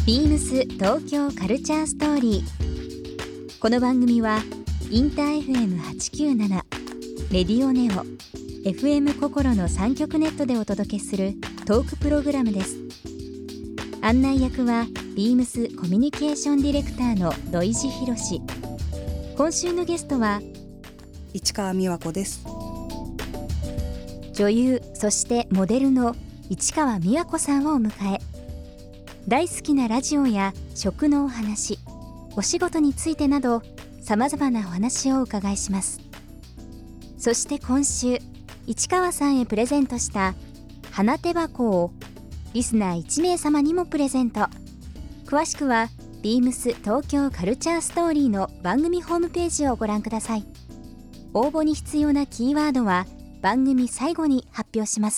ビームス東京カルチャーストーリー。この番組はインター FM897 レディオネオ FM 心の3極ネットでお届けするトークプログラムです。案内役はビームスコミュニケーションディレクターの土井博志。今週のゲストは市川美和子です。 女優そしてモデルの市川美和子さんをお迎え、大好きなラジオや食のお話、お仕事についてなどさまざまなお話をお伺いします。そして今週市川さんへプレゼントした花手箱をリスナー1名様にもプレゼント。詳しくはビームス東京カルチャーストーリーの番組ホームページをご覧ください。応募に必要なキーワードは番組最後に発表します。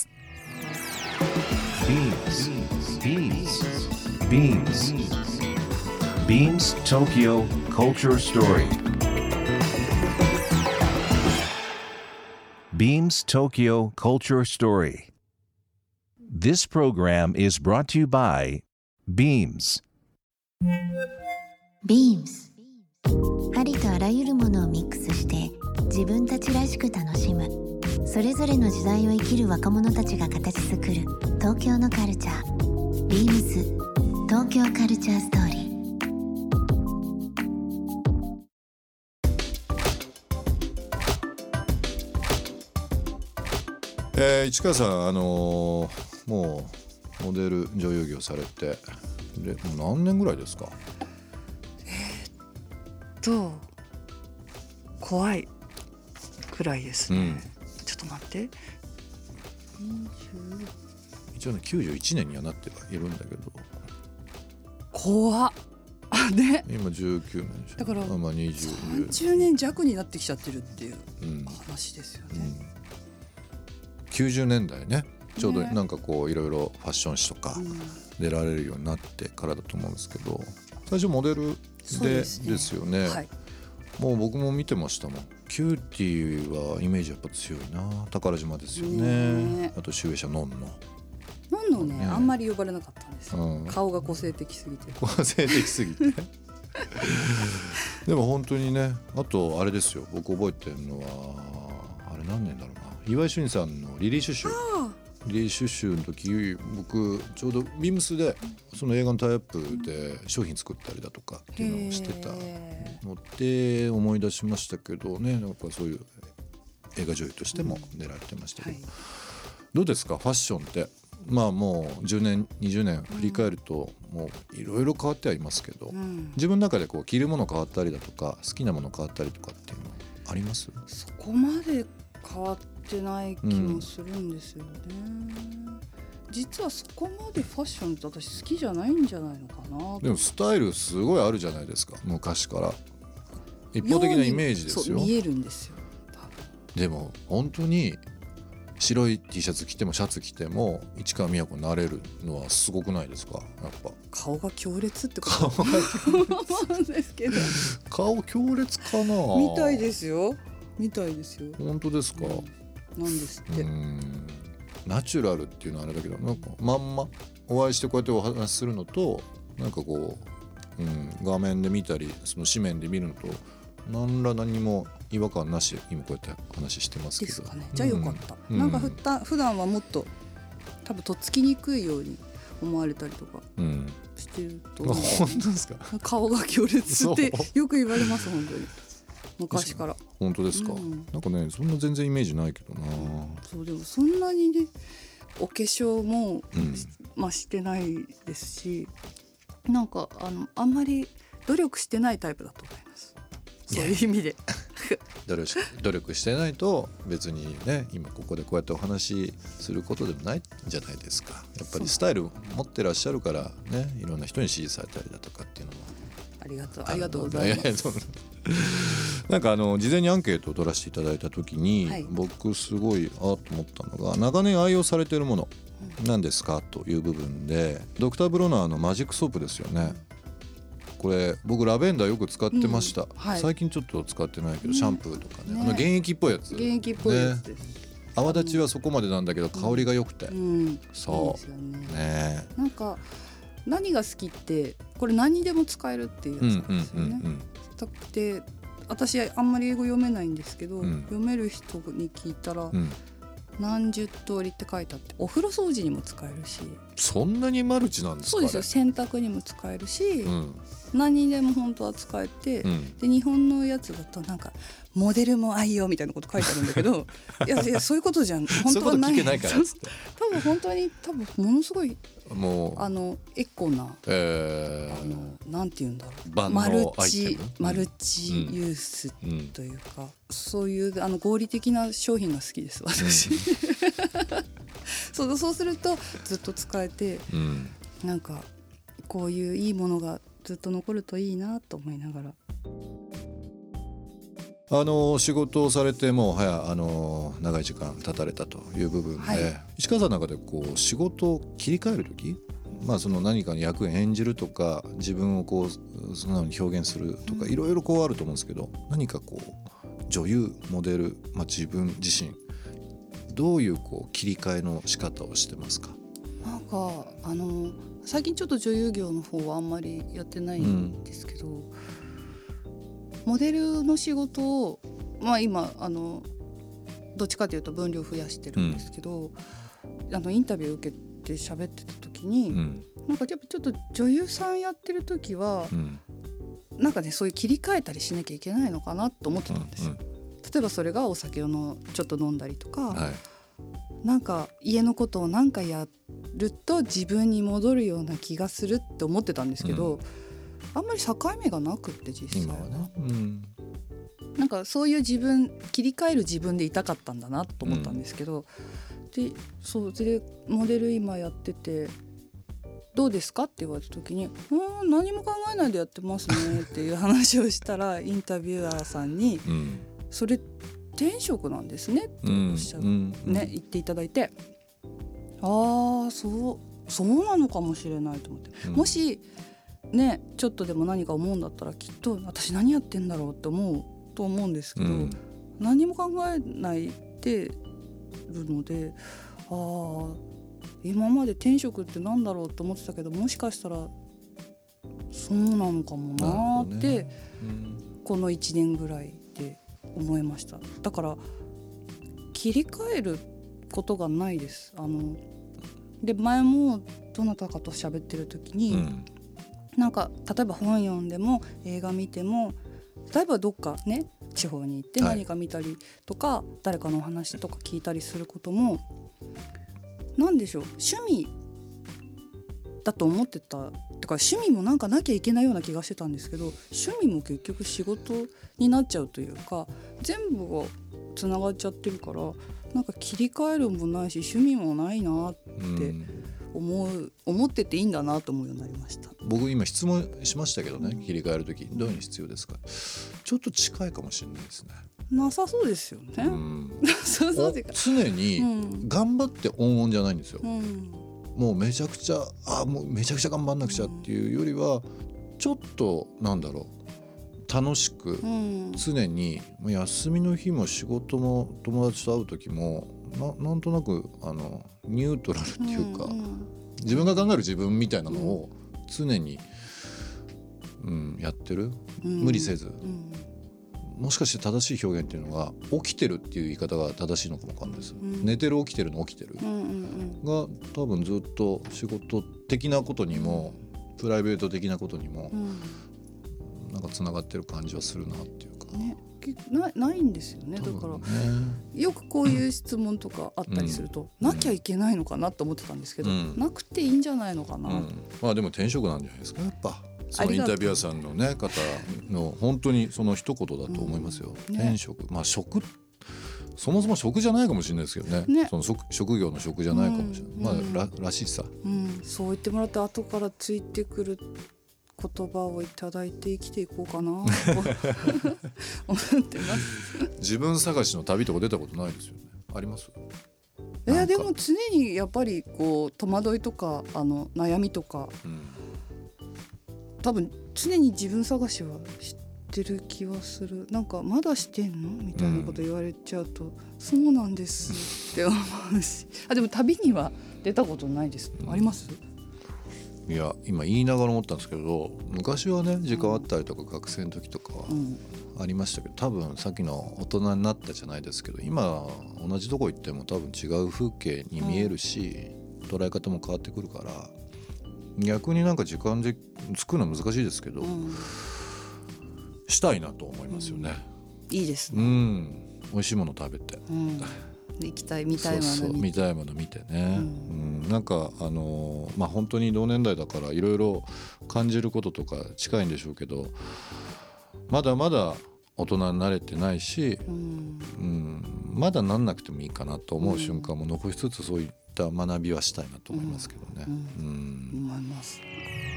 Beams Tokyo Culture Story. Beams Tokyo Culture Story. This program is brought to you by Beams. Beams ありとあらゆるものをミックスして自分たちらしく楽しむ、それぞれの時代を生きる若者たちが形作る東京のカルチャー。 Beams 東京カルチャーストーリー。 市川さん、もうモデル女優業されてでもう何年ぐらいですか？ 怖いくらいですね、ちょっと待って、 一応ね91年にはなってはいるんだけど、 怖っね、 今19年でしょ。 だからまあ20 30年弱になってきちゃってるっていう話ですよね、 90年代ね、ちょうどなんかこういろいろファッション誌とか出られるようになってからだと思うんですけど、最初モデルですよね。はい、もう僕も見てましたもん。キューティーはイメージやっぱ強いな。宝島ですよね。あと集英社のんのね、あんまり呼ばれなかったんですよ、顔が個性的すぎてでも本当にね。あとあれですよ、僕覚えてるのはあれ何年だろうな、岩井俊二さんのリリー・シュシュの時、僕ちょうどビームスでその映画のタイアップで商品作ったりだとかっていうのをしてたので思い出しましたけどね。なんかそういう映画女優としても出られてましたけど、どうですかファッションって。まあもう10年20年振り返るともういろいろ変わってはいますけど、自分の中でこう着るもの変わったりだとか好きなもの変わったりとかっていうのはあります？ そこまで変わってない気もするんですよね、実はそこまでファッションって私好きじゃないんじゃないのかな。 でもスタイルすごいあるじゃないですか、昔から一方的なイメージですよ。 そう見えるんですよ。 でも本当に白い T シャツ着てもシャツ着ても市川美和子になれるのはすごくないですか？やっぱ顔が強烈ってことなんですけど顔強烈かな。 みたいですよ。 本当ですか？ なんですって。 ナチュラルっていうのはあれだけど、なんかまんまお会いしてこうやってお話しするのと、なんかこう、画面で見たりその紙面で見るのと何も違和感なしで今こうやって話してますけど。ですかね。 じゃあよかった、なんか普段はもっと多分とっつきにくいように思われたりとかしてると思う、 本当ですか？ 顔が強烈ってよく言われます。本当に昔から。 本当ですか？なんかね、そんな全然イメージないけどな。 そう、でもそんなにねお化粧も、してないですし、なんかあんまり努力してないタイプだと思います。そういう意味で努力してないと別にね、今ここでこうやってお話しすることでもないんじゃないですか。やっぱりスタイル持ってらっしゃるからね、いろんな人に支持されたりだとかっていうのもありがとうございます。 なんか事前にアンケートを取らせていただいた時に、僕すごいと思ったのが、長年愛用されているものなんですかという部分で、ドクターブロナーのマジックソープですよね。これ僕ラベンダーよく使ってました、最近ちょっと使ってないけど、シャンプーとかね、原液っぽいやつです。泡立ちはそこまでなんだけど香りが良くて、そうですよね。 なんか何が好きってこれ何にでも使えるっていうやつなんですよね。で私あんまり英語読めないんですけど、読める人に聞いたら、何十通りって書いてあって、お風呂掃除にも使えるし。 そんなにマルチなんですか？ そうですよ。洗濯にも使えるし、何にでも本当は使えて、で日本のやつだとなんかモデルも愛用みたいなこと書いてあるんだけどいやそういうことじゃん、本当はない。 そういうこと聞けないからっつって多分本当にものすごいもうエコな、なんて言うんだろう、マルチユースというか、そういう合理的な商品が好きです私、そうするとずっと使えて、なんかこういういいものがずっと残るといいなと思いながら。 仕事をされてもう長い時間経たれたという部分で、石川さんの中でこう仕事を切り替える時、その何かの役を演じるとか自分をこうそのように表現するとかいろいろこうあると思うんですけど、何かこう女優モデル、自分自身どういうこう切り替えの仕方をしてますか？ なんか最近ちょっと女優業の方はあんまりやってないんですけど、モデルの仕事を、今どっちかというと分量増やしてるんですけど、インタビュー受けて喋ってた時に、なんかやっぱちょっと女優さんやってる時は、なんかねそういう切り替えたりしなきゃいけないのかなと思ってたんです、例えばそれがお酒をちょっと飲んだりとか、なんか家のことを何かやると自分に戻るような気がするって思ってたんですけど、あんまり境目がなくって実際はね、なんかそういう切り替える自分でいたかったんだなと思ったんですけど、でモデル今やっててどうですかって言われた時に何も考えないでやってますねっていう話をしたらインタビュアーさんに、それ転職なんですねっておっしゃって、言っていただいて、そうなのかもしれないと思って、もしねちょっとでも何か思うんだったらきっと私何やってんだろうって思うと思うんですけど、何も考えないでるので、今まで転職ってなんだろうと思ってたけど、もしかしたらそうなのかもなって、この1年ぐらいで思いました。だから切り替えることがないです。で前もどなたかと喋ってる時に、なんか例えば本読んでも映画見ても、例えばどっかね地方に行って何か見たりとか、誰かのお話とか聞いたりすることもなんでしょう、趣味だと思ってたってか、趣味もなんかなきゃいけないような気がしてたんですけど、趣味も結局仕事になっちゃうというか、全部がつながっちゃってるから、なんか切り替えるもないし趣味もないなって思ってていいんだなと思うようになりました。 僕今質問しましたけどね、切り替える時どういうの必要ですか？ちょっと近いかもしれないですね。 なさそうですよね。 常に頑張って温々じゃないんですよ、もうめちゃくちゃ頑張んなくちゃっていうよりは、ちょっとなんだろう、楽しく、常に休みの日も仕事も友達と会う時もなんとなくニュートラルっていうか、自分が考える自分みたいなのを常に、やってる、無理せず、もしかして正しい表現っていうのが起きてるっていう言い方が正しいのかもわかんないです、寝てる起きてるの起きてる、が多分ずっと仕事的なことにもプライベート的なことにも、なんかつながってる感じはするなっていうか、 ないんですよね。だからよくこういう質問とかあったりすると、なきゃいけないのかなと思ってたんですけど、なくていいんじゃないのかな、 でも転職なんじゃないですか、やっぱそのインタビュアーさんの、ね、方の本当にその一言だと思いますよ、転職、職そもそも職じゃないかもしれないですけど ね、その職業の職じゃないかもしれない、らしさ、 そう言ってもらって後からついてくる言葉をいただいて生きていこうかなと思ってます。 自分探しの旅とか出たことないですよね？あります？ でも常にやっぱりこう戸惑いとか悩みとか、多分常に自分探しはしてる気はする。なんかまだしてんのみたいなこと言われちゃうと、そうなんですって思うし、でも旅には出たことないです、あります？ いや今言いながら思ったんですけど、昔はね時間あったりとか学生の時とかはありましたけど、多分さっきの大人になったじゃないですけど、今同じとこ行っても多分違う風景に見えるし、捉え方も変わってくるから、逆になんか時間で作るのは難しいですけど、したいなと思いますよね。 いいですね。 美味しいもの食べて、 行きたい見たいものそう見たいもの見てね、なんか本当に同年代だからいろいろ感じることとか近いんでしょうけど、まだまだ大人になれてないし、まだなんなくてもいいかなと思う瞬間も残しつつ、そういった学びはしたいなと思いますけどね。 思います。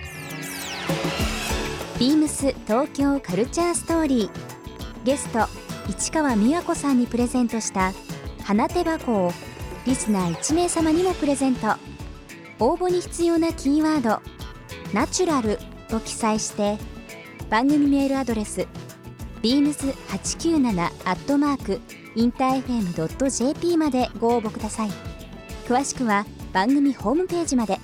ビームス東京カルチャーストーリー、ゲスト市川美和子さんにプレゼントした花手箱をリスナー1名様にもプレゼント。応募に必要なキーワードナチュラルと記載して番組メールアドレス beams897@interfm.jp までご応募ください。詳しくは番組ホームページまで。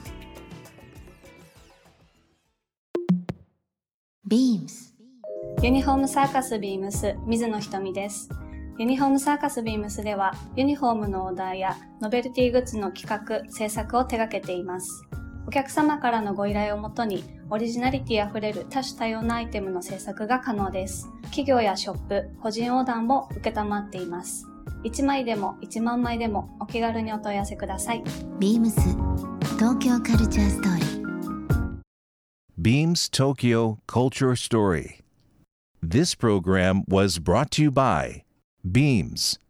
BEAMS ユニフォームサーカスビームス水野ひとみです。ユニフォームサーカスビームスではユニフォームのオーダーやノベルティグッズの企画・制作を手掛けています。お客様からのご依頼をもとにオリジナリティあふれる多種多様なアイテムの制作が可能です。企業やショップ、個人オーダーも受けたまっています。1枚でも1万枚でもお気軽にお問い合わせください。 BEAMS 東京カルチャーストーリー。 Beams Tokyo Culture Story. This program was brought to you by Beams.